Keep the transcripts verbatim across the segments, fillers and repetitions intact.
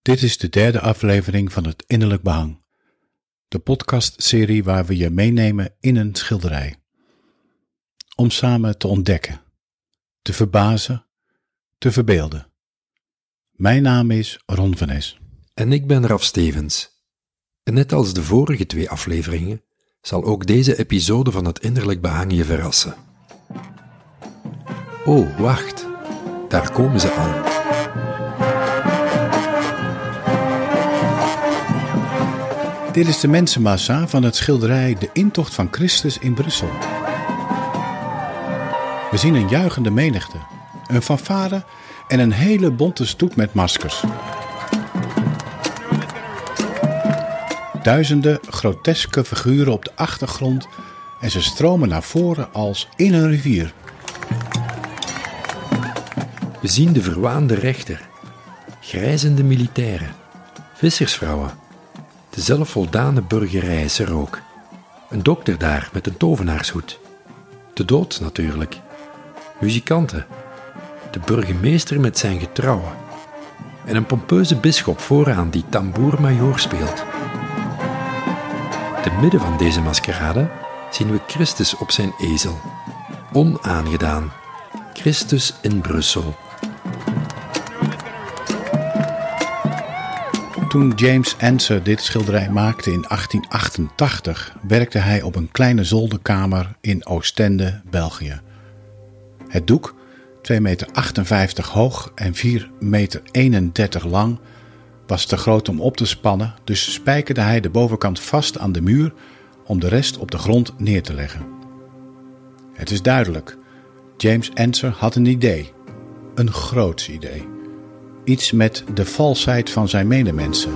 Dit is de derde aflevering van het Innerlijk Behang, de podcastserie waar we je meenemen in een schilderij. Om samen te ontdekken, te verbazen, te verbeelden. Mijn naam is Ron van Es. En ik ben Raf Stevens. En net als de vorige twee afleveringen zal ook deze episode van het Innerlijk Behang je verrassen. Oh, wacht. Daar komen ze al. Dit is de mensenmassa van het schilderij De Intocht van Christus in Brussel. We zien een juichende menigte, een fanfare en een hele bonte stoet met maskers. Duizenden groteske figuren op de achtergrond en ze stromen naar voren als in een rivier. We zien de verwaande rechter, grijzende militairen, vissersvrouwen, de zelfvoldane burgerij is er ook. Een dokter daar met een tovenaarshoed. De dood natuurlijk. Muzikanten. De burgemeester met zijn getrouwen. En een pompeuze bisschop vooraan die tamboer-majoor speelt. Te midden van deze maskerade zien we Christus op zijn ezel. Onaangedaan. Christus in Brussel. Toen James Ensor dit schilderij maakte in achttien achtentachtig, werkte hij op een kleine zolderkamer in Oostende, België. Het doek, twee meter achtenvijftig hoog en vier meter eenendertig lang, was te groot om op te spannen, dus spijkerde hij de bovenkant vast aan de muur om de rest op de grond neer te leggen. Het is duidelijk, James Ensor had een idee, een groots idee. Iets met de valsheid van zijn medemensen.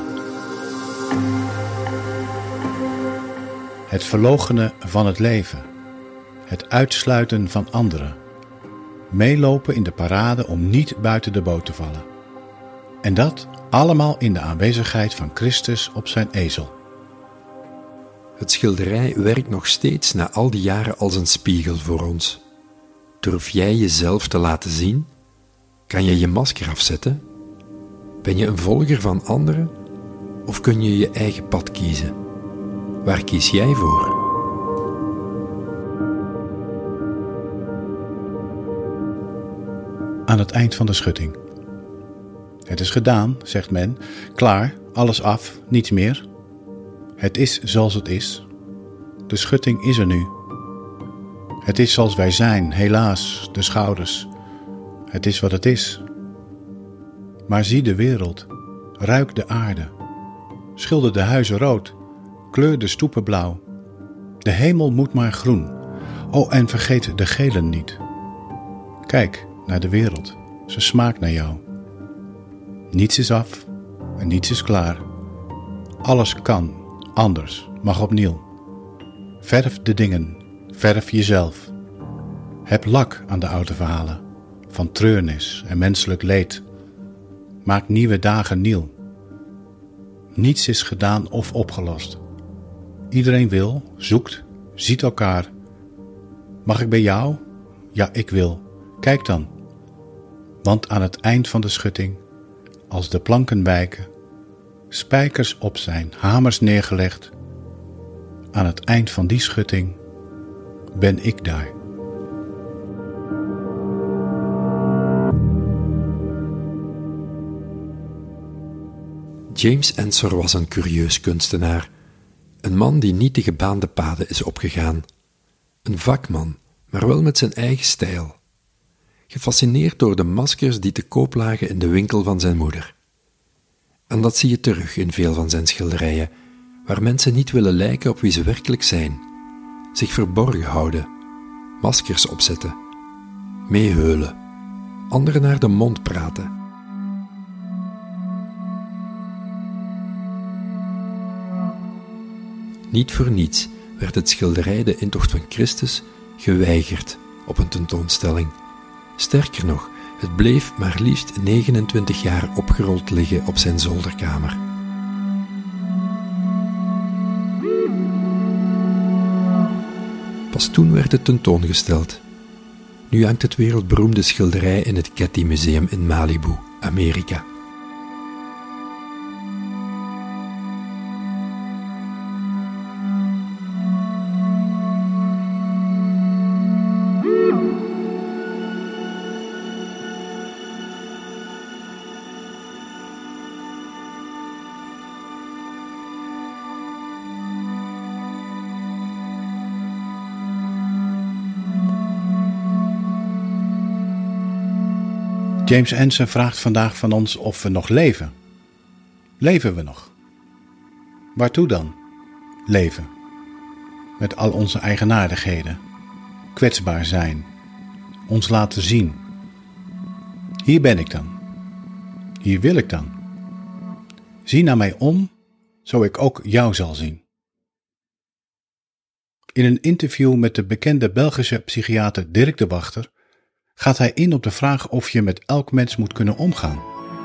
Het verloochenen van het leven. Het uitsluiten van anderen. Meelopen in de parade om niet buiten de boot te vallen. En dat allemaal in de aanwezigheid van Christus op zijn ezel. Het schilderij werkt nog steeds na al die jaren als een spiegel voor ons. Durf jij jezelf te laten zien? Kan je je masker afzetten? Ben je een volger van anderen? Of kun je je eigen pad kiezen? Waar kies jij voor? Aan het eind van de schutting. Het is gedaan, zegt men. Klaar, alles af, niets meer. Het is zoals het is. De schutting is er nu. Het is zoals wij zijn, helaas, de schouders. Het is wat het is. Maar zie de wereld, ruik de aarde, schilder de huizen rood, kleur de stoepen blauw. De hemel moet maar groen, oh en vergeet de gelen niet. Kijk naar de wereld, ze smaakt naar jou. Niets is af en niets is klaar. Alles kan, anders, mag opnieuw. Verf de dingen, verf jezelf. Heb lak aan de oude verhalen, van treurnis en menselijk leed. Maak nieuwe dagen nieuw. Niets is gedaan of opgelost. Iedereen wil, zoekt, ziet elkaar. Mag ik bij jou? Ja, ik wil. Kijk dan. Want aan het eind van de schutting, als de planken wijken, spijkers op zijn, hamers neergelegd, aan het eind van die schutting ben ik daar. James Ensor was een curieus kunstenaar, een man die niet de gebaande paden is opgegaan. Een vakman, maar wel met zijn eigen stijl. Gefascineerd door de maskers die te koop lagen in de winkel van zijn moeder. En dat zie je terug in veel van zijn schilderijen, waar mensen niet willen lijken op wie ze werkelijk zijn, zich verborgen houden, maskers opzetten, meeheulen, anderen naar de mond praten. Niet voor niets werd het schilderij De Intocht van Christus geweigerd op een tentoonstelling. Sterker nog, het bleef maar liefst negenentwintig jaar opgerold liggen op zijn zolderkamer. Pas toen werd het tentoongesteld. Nu hangt het wereldberoemde schilderij in het Getty Museum in Malibu, Amerika. James Anson vraagt vandaag van ons of we nog leven. Leven we nog? Waartoe dan? Leven. Met al onze eigenaardigheden. Kwetsbaar zijn. Ons laten zien. Hier ben ik dan. Hier wil ik dan. Zie naar mij om, zo ik ook jou zal zien. In een interview met de bekende Belgische psychiater Dirk de Wachter gaat hij in op de vraag of je met elk mens moet kunnen omgaan.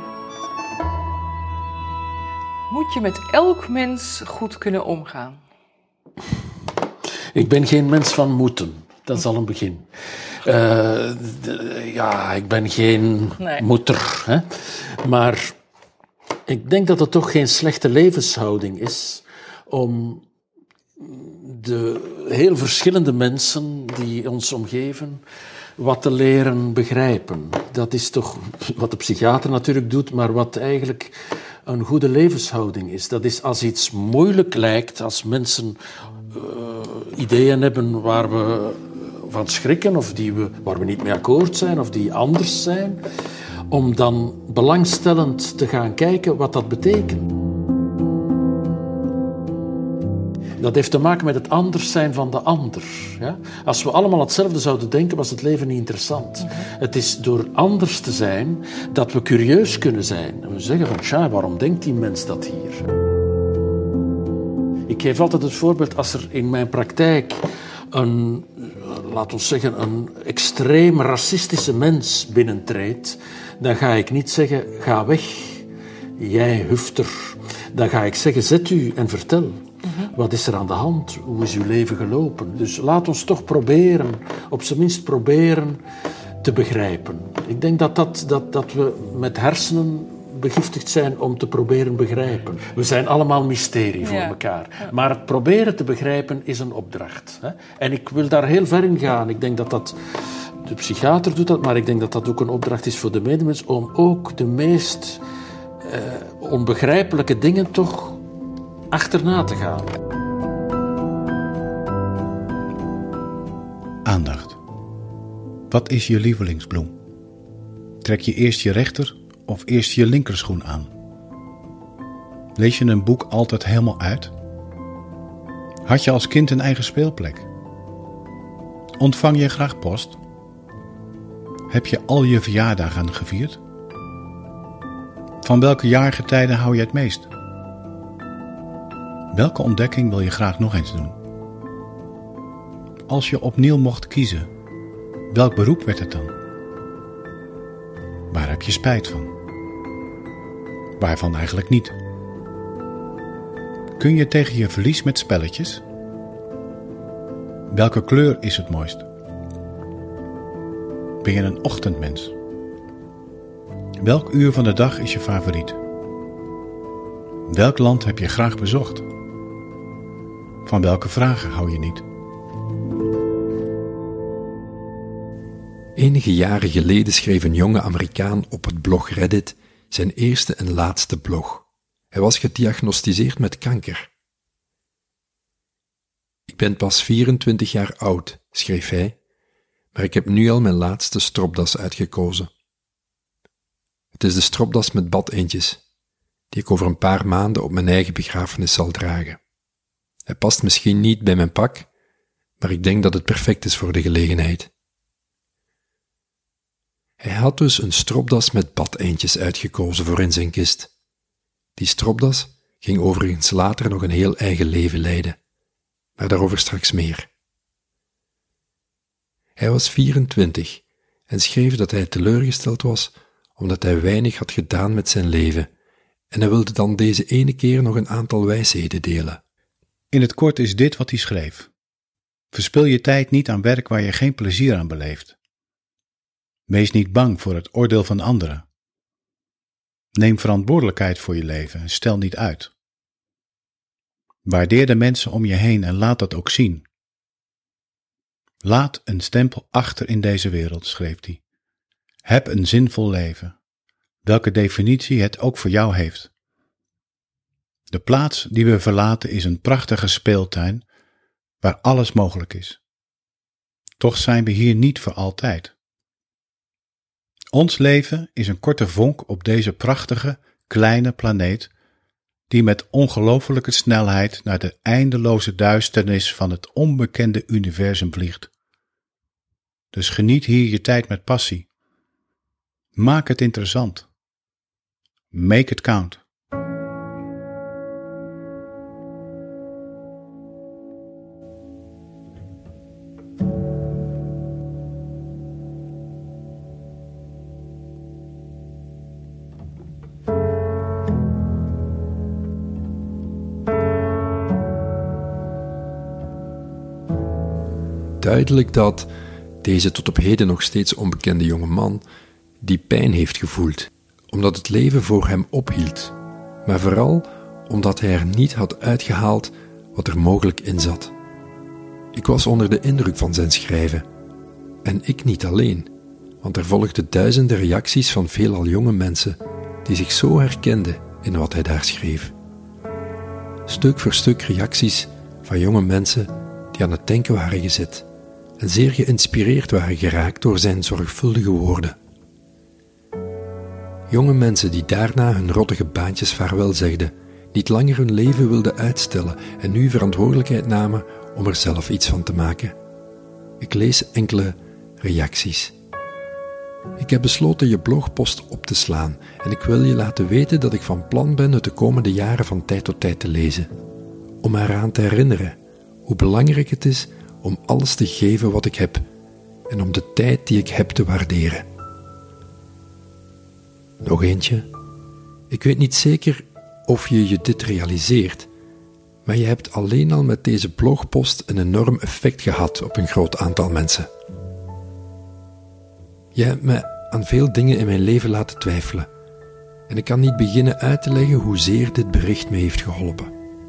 Moet je met elk mens goed kunnen omgaan? Ik ben geen mens van moeten. Dat is al een begin. Uh, de, ja, ik ben geen nee. moeder. Hè? Maar ik denk dat het toch geen slechte levenshouding is om de heel verschillende mensen die ons omgeven wat te leren begrijpen. Dat is toch wat de psychiater natuurlijk doet, maar wat eigenlijk een goede levenshouding is. Dat is als iets moeilijk lijkt, als mensen uh, ideeën hebben waar we van schrikken of die we, waar we niet mee akkoord zijn of die anders zijn, om dan belangstellend te gaan kijken wat dat betekent. Dat heeft te maken met het anders zijn van de ander. Ja? Als we allemaal hetzelfde zouden denken, was het leven niet interessant. Mm-hmm. Het is door anders te zijn dat we curieus kunnen zijn. En we zeggen van, tja, waarom denkt die mens dat hier? Ik geef altijd het voorbeeld, als er in mijn praktijk een, laten we zeggen, een extreem racistische mens binnentreedt, dan ga ik niet zeggen, ga weg, jij hufter. Dan ga ik zeggen, zet u en vertel. Wat is er aan de hand? Hoe is uw leven gelopen? Dus laat ons toch proberen, op zijn minst proberen te begrijpen. Ik denk dat, dat, dat, dat we met hersenen begiftigd zijn om te proberen begrijpen. We zijn allemaal mysterie voor ja. elkaar. Ja. Maar het proberen te begrijpen is een opdracht. Hè? En ik wil daar heel ver in gaan. Ik denk dat dat... De psychiater doet dat, maar ik denk dat dat ook een opdracht is voor de medemens om ook de meest eh, onbegrijpelijke dingen toch achterna te gaan. Aandacht. Wat is je lievelingsbloem? Trek je eerst je rechter of eerst je linkerschoen aan? Lees je een boek altijd helemaal uit? Had je als kind een eigen speelplek? Ontvang je graag post? Heb je al je verjaardagen gevierd? Van welke jaargetijden hou je het meest? Welke ontdekking wil je graag nog eens doen? Als je opnieuw mocht kiezen, welk beroep werd het dan? Waar heb je spijt van? Waarvan eigenlijk niet? Kun je tegen je verlies met spelletjes? Welke kleur is het mooist? Ben je een ochtendmens? Welk uur van de dag is je favoriet? Welk land heb je graag bezocht? Van welke vragen hou je niet? Enige jaren geleden schreef een jonge Amerikaan op het blog Reddit zijn eerste en laatste blog. Hij was gediagnosticeerd met kanker. Ik ben pas vierentwintig jaar oud, schreef hij, maar ik heb nu al mijn laatste stropdas uitgekozen. Het is de stropdas met badeendjes, die ik over een paar maanden op mijn eigen begrafenis zal dragen. Hij past misschien niet bij mijn pak, maar ik denk dat het perfect is voor de gelegenheid. Hij had dus een stropdas met badeendjes uitgekozen voor in zijn kist. Die stropdas ging overigens later nog een heel eigen leven leiden, maar daarover straks meer. Hij was vierentwintig en schreef dat hij teleurgesteld was omdat hij weinig had gedaan met zijn leven en hij wilde dan deze ene keer nog een aantal wijsheden delen. In het kort is dit wat hij schreef. Verspil je tijd niet aan werk waar je geen plezier aan beleeft. Wees niet bang voor het oordeel van anderen. Neem verantwoordelijkheid voor je leven en stel niet uit. Waardeer de mensen om je heen en laat dat ook zien. Laat een stempel achter in deze wereld, schreef hij. Heb een zinvol leven, welke definitie het ook voor jou heeft. De plaats die we verlaten is een prachtige speeltuin waar alles mogelijk is. Toch zijn we hier niet voor altijd. Ons leven is een korte vonk op deze prachtige, kleine planeet, die met ongelofelijke snelheid naar de eindeloze duisternis van het onbekende universum vliegt. Dus geniet hier je tijd met passie. Maak het interessant. Make it count. Duidelijk dat deze tot op heden nog steeds onbekende jonge man die pijn heeft gevoeld, omdat het leven voor hem ophield, maar vooral omdat hij er niet had uitgehaald wat er mogelijk in zat. Ik was onder de indruk van zijn schrijven. En ik niet alleen, want er volgden duizenden reacties van veelal jonge mensen die zich zo herkenden in wat hij daar schreef. Stuk voor stuk reacties van jonge mensen die aan het denken waren gezet en zeer geïnspireerd waren geraakt door zijn zorgvuldige woorden. Jonge mensen die daarna hun rottige baantjes vaarwel zegden, niet langer hun leven wilden uitstellen en nu verantwoordelijkheid namen om er zelf iets van te maken. Ik lees enkele reacties. Ik heb besloten je blogpost op te slaan en ik wil je laten weten dat ik van plan ben het de komende jaren van tijd tot tijd te lezen. Om me eraan te herinneren hoe belangrijk het is om alles te geven wat ik heb en om de tijd die ik heb te waarderen. Nog eentje. Ik weet niet zeker of je je dit realiseert, maar je hebt alleen al met deze blogpost een enorm effect gehad op een groot aantal mensen. Je hebt me aan veel dingen in mijn leven laten twijfelen en ik kan niet beginnen uit te leggen hoezeer dit bericht me heeft geholpen.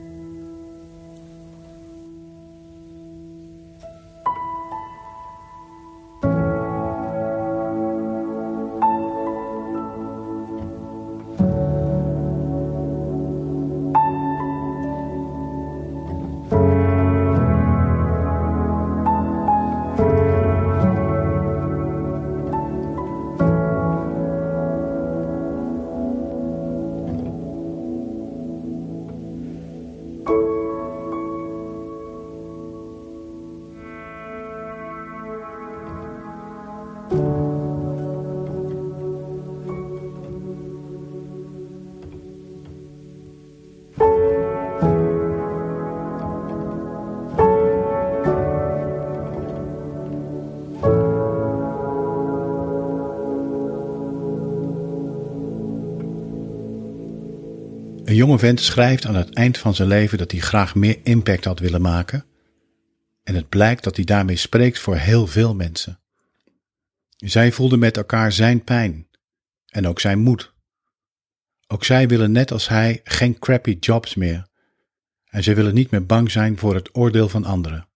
Een jonge vent schrijft aan het eind van zijn leven dat hij graag meer impact had willen maken. En het blijkt dat hij daarmee spreekt voor heel veel mensen. Zij voelden met elkaar zijn pijn en ook zijn moed. Ook zij willen net als hij geen crappy jobs meer. En zij willen niet meer bang zijn voor het oordeel van anderen.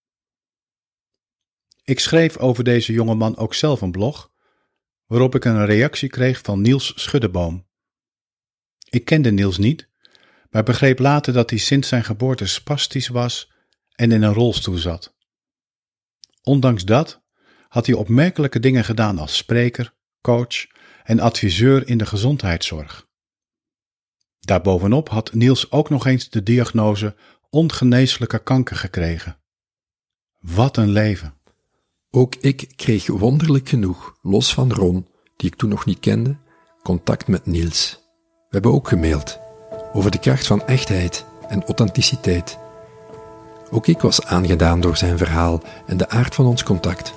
Ik schreef over deze jonge man ook zelf een blog, waarop ik een reactie kreeg van Niels Schuddeboom. Ik kende Niels niet, maar begreep later dat hij sinds zijn geboorte spastisch was en in een rolstoel zat. Ondanks dat had hij opmerkelijke dingen gedaan als spreker, coach en adviseur in de gezondheidszorg. Daarbovenop had Niels ook nog eens de diagnose ongeneeslijke kanker gekregen. Wat een leven! Ook ik kreeg wonderlijk genoeg, los van Ron, die ik toen nog niet kende, contact met Niels. We hebben ook gemaild over de kracht van echtheid en authenticiteit. Ook ik was aangedaan door zijn verhaal en de aard van ons contact.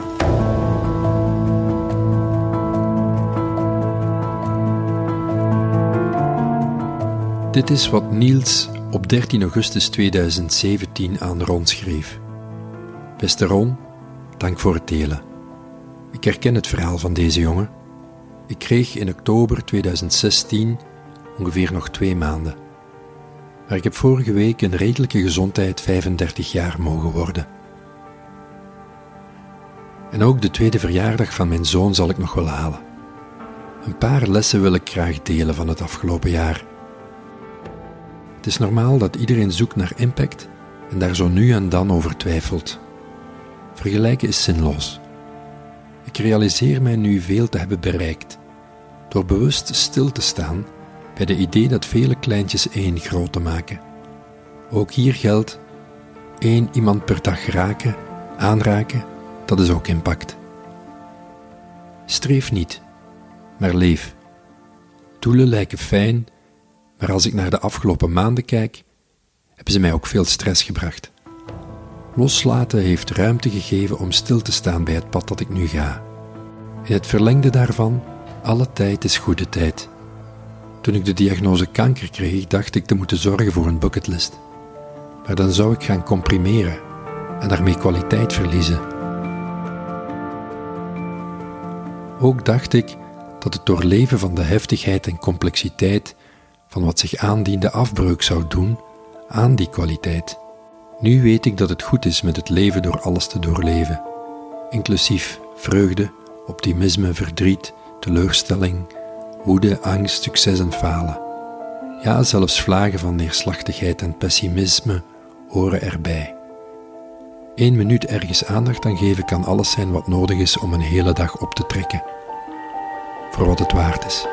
Dit is wat Niels op dertien augustus tweeduizend zeventien aan Ron schreef. Beste Ron, dank voor het delen. Ik herken het verhaal van deze jongen. Ik kreeg in oktober tweeduizend zestien ongeveer nog twee maanden. Maar ik heb vorige week in redelijke gezondheid vijfendertig jaar mogen worden. En ook de tweede verjaardag van mijn zoon zal ik nog wel halen. Een paar lessen wil ik graag delen van het afgelopen jaar. Het is normaal dat iedereen zoekt naar impact en daar zo nu en dan over twijfelt. Vergelijken is zinloos. Ik realiseer mij nu veel te hebben bereikt door bewust stil te staan bij de idee dat vele kleintjes één groot te maken. Ook hier geldt, één iemand per dag raken, aanraken, dat is ook impact. Streef niet, maar leef. Doelen lijken fijn, maar als ik naar de afgelopen maanden kijk, hebben ze mij ook veel stress gebracht. Loslaten heeft ruimte gegeven om stil te staan bij het pad dat ik nu ga. In het verlengde daarvan, alle tijd is goede tijd. Toen ik de diagnose kanker kreeg, dacht ik te moeten zorgen voor een bucketlist. Maar dan zou ik gaan comprimeren en daarmee kwaliteit verliezen. Ook dacht ik dat het doorleven van de heftigheid en complexiteit van wat zich aandiende afbreuk zou doen aan die kwaliteit. Nu weet ik dat het goed is met het leven door alles te doorleven, inclusief vreugde, optimisme, verdriet, teleurstelling, woede, angst, succes en falen. Ja, zelfs vlagen van neerslachtigheid en pessimisme horen erbij. Eén minuut ergens aandacht aan geven kan alles zijn wat nodig is om een hele dag op te trekken. Voor wat het waard is.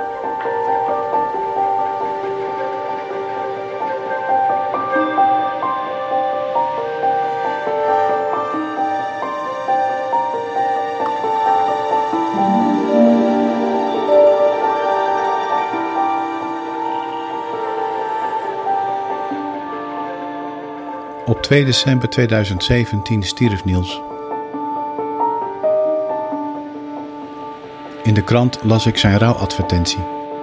Op twee december tweeduizend zeventien stierf Niels. In de krant las ik zijn rouwadvertentie.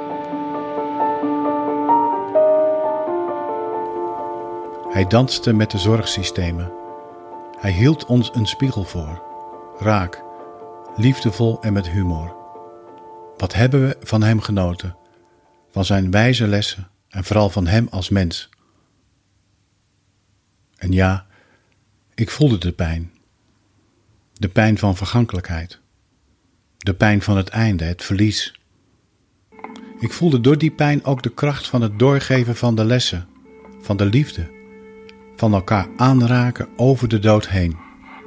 Hij danste met de zorgsystemen. Hij hield ons een spiegel voor. Raak, liefdevol en met humor. Wat hebben we van hem genoten? Van zijn wijze lessen en vooral van hem als mens. En ja, ik voelde de pijn. De pijn van vergankelijkheid. De pijn van het einde, het verlies. Ik voelde door die pijn ook de kracht van het doorgeven van de lessen, van de liefde, van elkaar aanraken over de dood heen.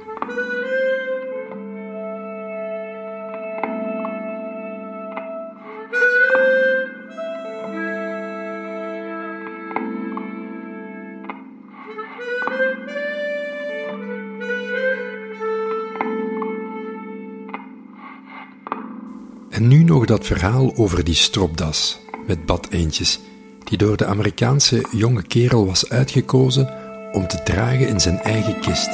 En nu nog dat verhaal over die stropdas met badeendjes, die door de Amerikaanse jonge kerel was uitgekozen om te dragen in zijn eigen kist.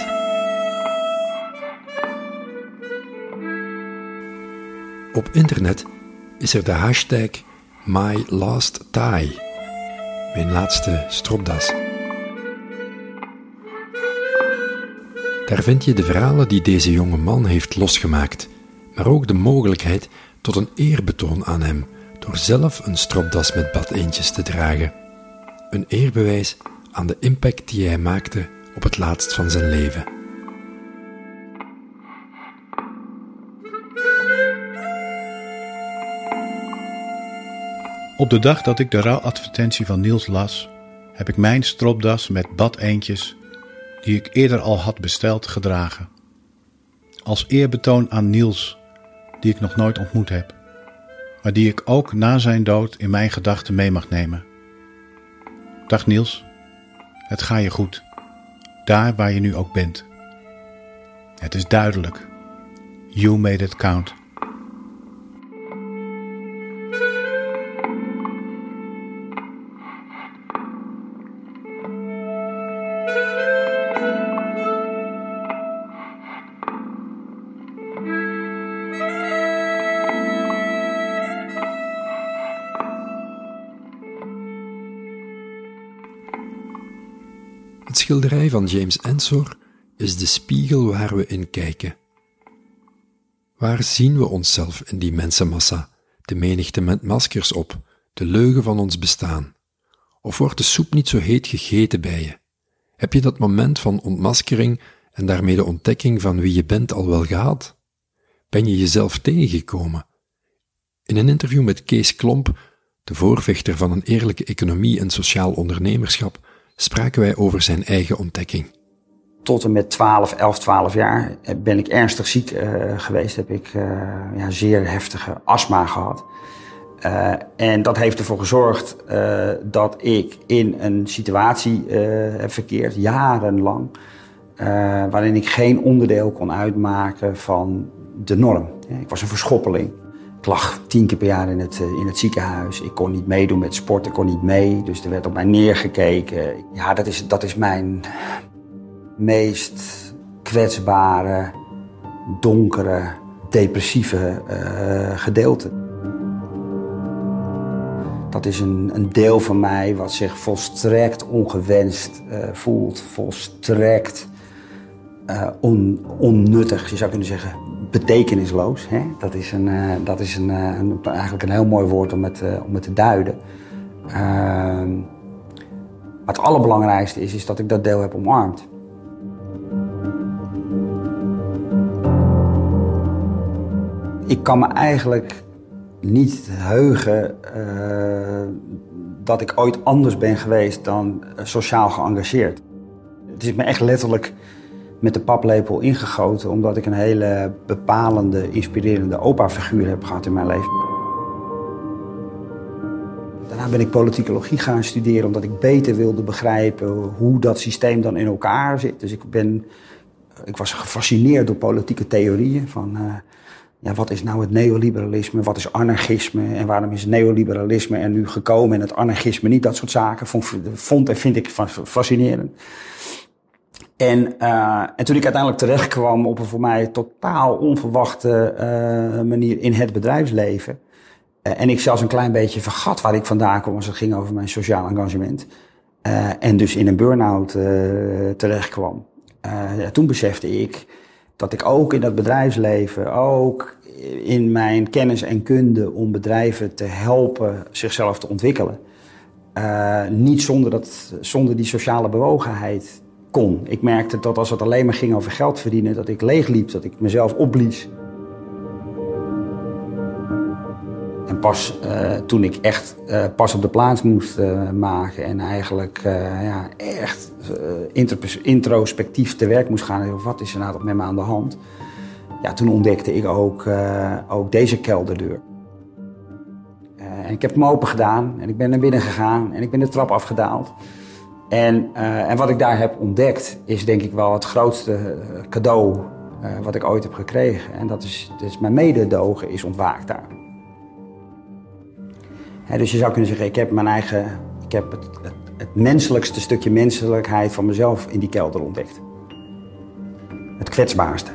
Op internet is er de hashtag My Last Tie, mijn laatste stropdas. Daar vind je de verhalen die deze jonge man heeft losgemaakt, maar ook de mogelijkheid tot een eerbetoon aan hem, door zelf een stropdas met badeendjes te dragen. Een eerbewijs aan de impact die hij maakte op het laatst van zijn leven. Op de dag dat ik de rouwadvertentie van Niels las, heb ik mijn stropdas met badeendjes, die ik eerder al had besteld, gedragen. Als eerbetoon aan Niels, die ik nog nooit ontmoet heb, maar die ik ook na zijn dood in mijn gedachten mee mag nemen. Dag Niels, het gaat je goed, daar waar je nu ook bent. Het is duidelijk, you made it count. Het schilderij van James Ensor is de spiegel waar we in kijken. Waar zien we onszelf in die mensenmassa, de menigte met maskers op, de leugen van ons bestaan? Of wordt de soep niet zo heet gegeten bij je? Heb je dat moment van ontmaskering en daarmee de ontdekking van wie je bent al wel gehad? Ben je jezelf tegengekomen? In een interview met Kees Klomp, de voorvechter van een eerlijke economie en sociaal ondernemerschap, spraken wij over zijn eigen ontdekking. Tot en met twaalf, elf, twaalf jaar ben ik ernstig ziek uh, geweest. Heb ik uh, ja, zeer heftige astma gehad. Uh, en dat heeft ervoor gezorgd uh, dat ik in een situatie uh, heb verkeerd, jarenlang, uh, waarin ik geen onderdeel kon uitmaken van de norm. Ja, ik was een verschoppeling. Ik lag tien keer per jaar in het, uh, in het ziekenhuis. Ik kon niet meedoen met sport, ik kon niet mee. Dus er werd op mij neergekeken. Ja, dat is, dat is mijn meest kwetsbare, donkere, depressieve uh, gedeelte. Dat is een, een deel van mij wat zich volstrekt ongewenst uh, voelt, volstrekt uh, on, onnuttig, je zou kunnen zeggen, betekenisloos. Hè? Dat is, een, uh, dat is een, uh, een, eigenlijk een heel mooi woord om het, uh, om het te duiden. Uh, maar het allerbelangrijkste is, is dat ik dat deel heb omarmd. Ik kan me eigenlijk niet heugen uh, dat ik ooit anders ben geweest dan uh, sociaal geëngageerd. Het is me echt letterlijk met de paplepel ingegoten, omdat ik een hele bepalende, inspirerende opa-figuur heb gehad in mijn leven. Daarna ben ik politicologie gaan studeren, omdat ik beter wilde begrijpen hoe dat systeem dan in elkaar zit. Dus ik, ben, ik was gefascineerd door politieke theorieën van... Uh, Ja, wat is nou het neoliberalisme, wat is anarchisme en waarom is het neoliberalisme er nu gekomen en het anarchisme niet, dat soort zaken. Vond, vond en vind ik fascinerend. En, uh, en toen ik uiteindelijk terecht kwam op een voor mij totaal onverwachte uh, manier in het bedrijfsleven. Uh, en ik zelfs een klein beetje vergat waar ik vandaan kwam als het ging over mijn sociaal engagement. Uh, en dus in een burn-out uh, terecht kwam. Uh, ja, toen besefte ik dat ik ook in dat bedrijfsleven, ook in mijn kennis en kunde om bedrijven te helpen zichzelf te ontwikkelen, uh, niet zonder, dat, zonder die sociale bewogenheid kon. Ik merkte dat als het alleen maar ging over geld verdienen, dat ik leegliep, dat ik mezelf opblies. En pas uh, toen ik echt uh, pas op de plaats moest uh, maken en eigenlijk uh, ja, echt uh, introspectief te werk moest gaan, wat is er nou met me aan de hand? Ja, toen ontdekte ik ook, uh, ook deze kelderdeur. Uh, en ik heb hem open gedaan en ik ben naar binnen gegaan en ik ben de trap afgedaald. En, uh, en wat ik daar heb ontdekt is denk ik wel het grootste cadeau uh, wat ik ooit heb gekregen. En dat is, dat is mijn mededogen is ontwaakt daar. He, dus je zou kunnen zeggen, ik heb mijn eigen, ik heb het, het, het menselijkste stukje menselijkheid van mezelf in die kelder ontdekt. Het kwetsbaarste.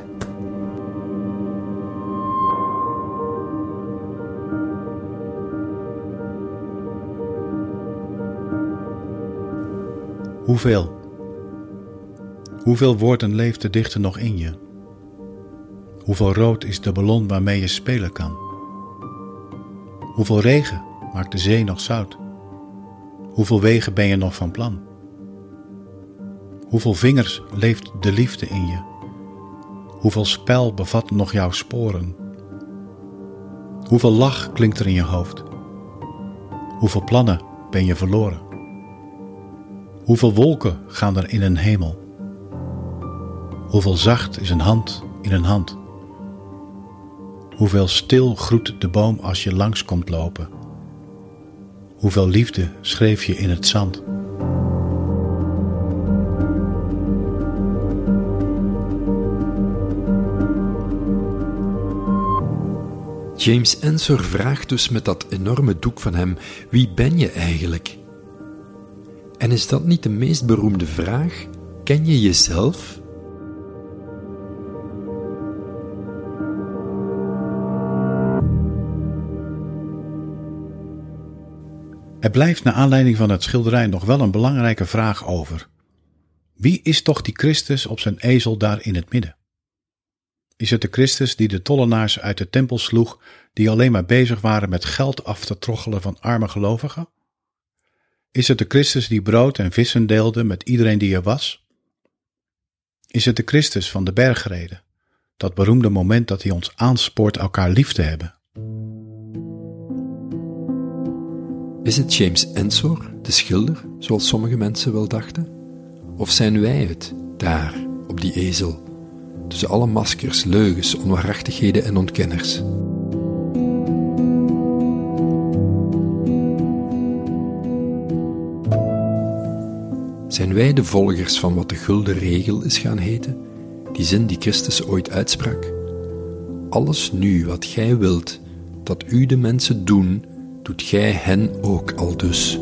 Hoeveel? Hoeveel woorden leeft de dichter nog in je? Hoeveel rood is de ballon waarmee je spelen kan? Hoeveel regen maakt de zee nog zout? Hoeveel wegen ben je nog van plan? Hoeveel vingers leeft de liefde in je? Hoeveel spel bevat nog jouw sporen? Hoeveel lach klinkt er in je hoofd? Hoeveel plannen ben je verloren? Hoeveel wolken gaan er in een hemel? Hoeveel zacht is een hand in een hand? Hoeveel stil groet de boom als je langs komt lopen? Hoeveel liefde schreef je in het zand? James Ensor vraagt dus met dat enorme doek van hem, wie ben je eigenlijk? En is dat niet de meest beroemde vraag? Ken je jezelf? Er blijft naar aanleiding van het schilderij nog wel een belangrijke vraag over. Wie is toch die Christus op zijn ezel daar in het midden? Is het de Christus die de tollenaars uit de tempel sloeg, die alleen maar bezig waren met geld af te troggelen van arme gelovigen? Is het de Christus die brood en vissen deelde met iedereen die er was? Is het de Christus van de bergreden, dat beroemde moment dat hij ons aanspoort elkaar lief te hebben? Is het James Ensor, de schilder, zoals sommige mensen wel dachten? Of zijn wij het, daar, op die ezel, tussen alle maskers, leugens, onwaarachtigheden en ontkenners? Zijn wij de volgers van wat de gulden regel is gaan heten, die zin die Christus ooit uitsprak? Alles nu wat gij wilt, dat u de mensen doen, doet gij hen ook aldus.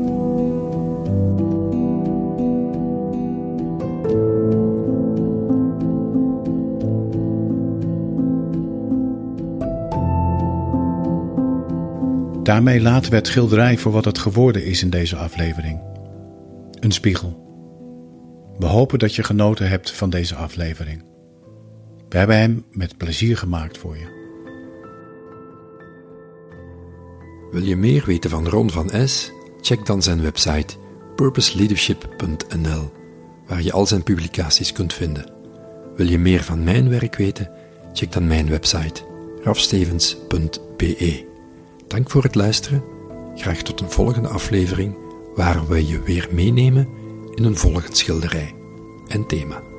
Daarmee laten we het schilderij voor wat het geworden is in deze aflevering. Een spiegel. We hopen dat je genoten hebt van deze aflevering. We hebben hem met plezier gemaakt voor je. Wil je meer weten van Ron van Es? Check dan zijn website purpose leadership punt n l, waar je al zijn publicaties kunt vinden. Wil je meer van mijn werk weten? Check dan mijn website rafstevens punt b e. Dank voor het luisteren. Graag tot een volgende aflevering, waar we je weer meenemen in een volgend schilderij en thema.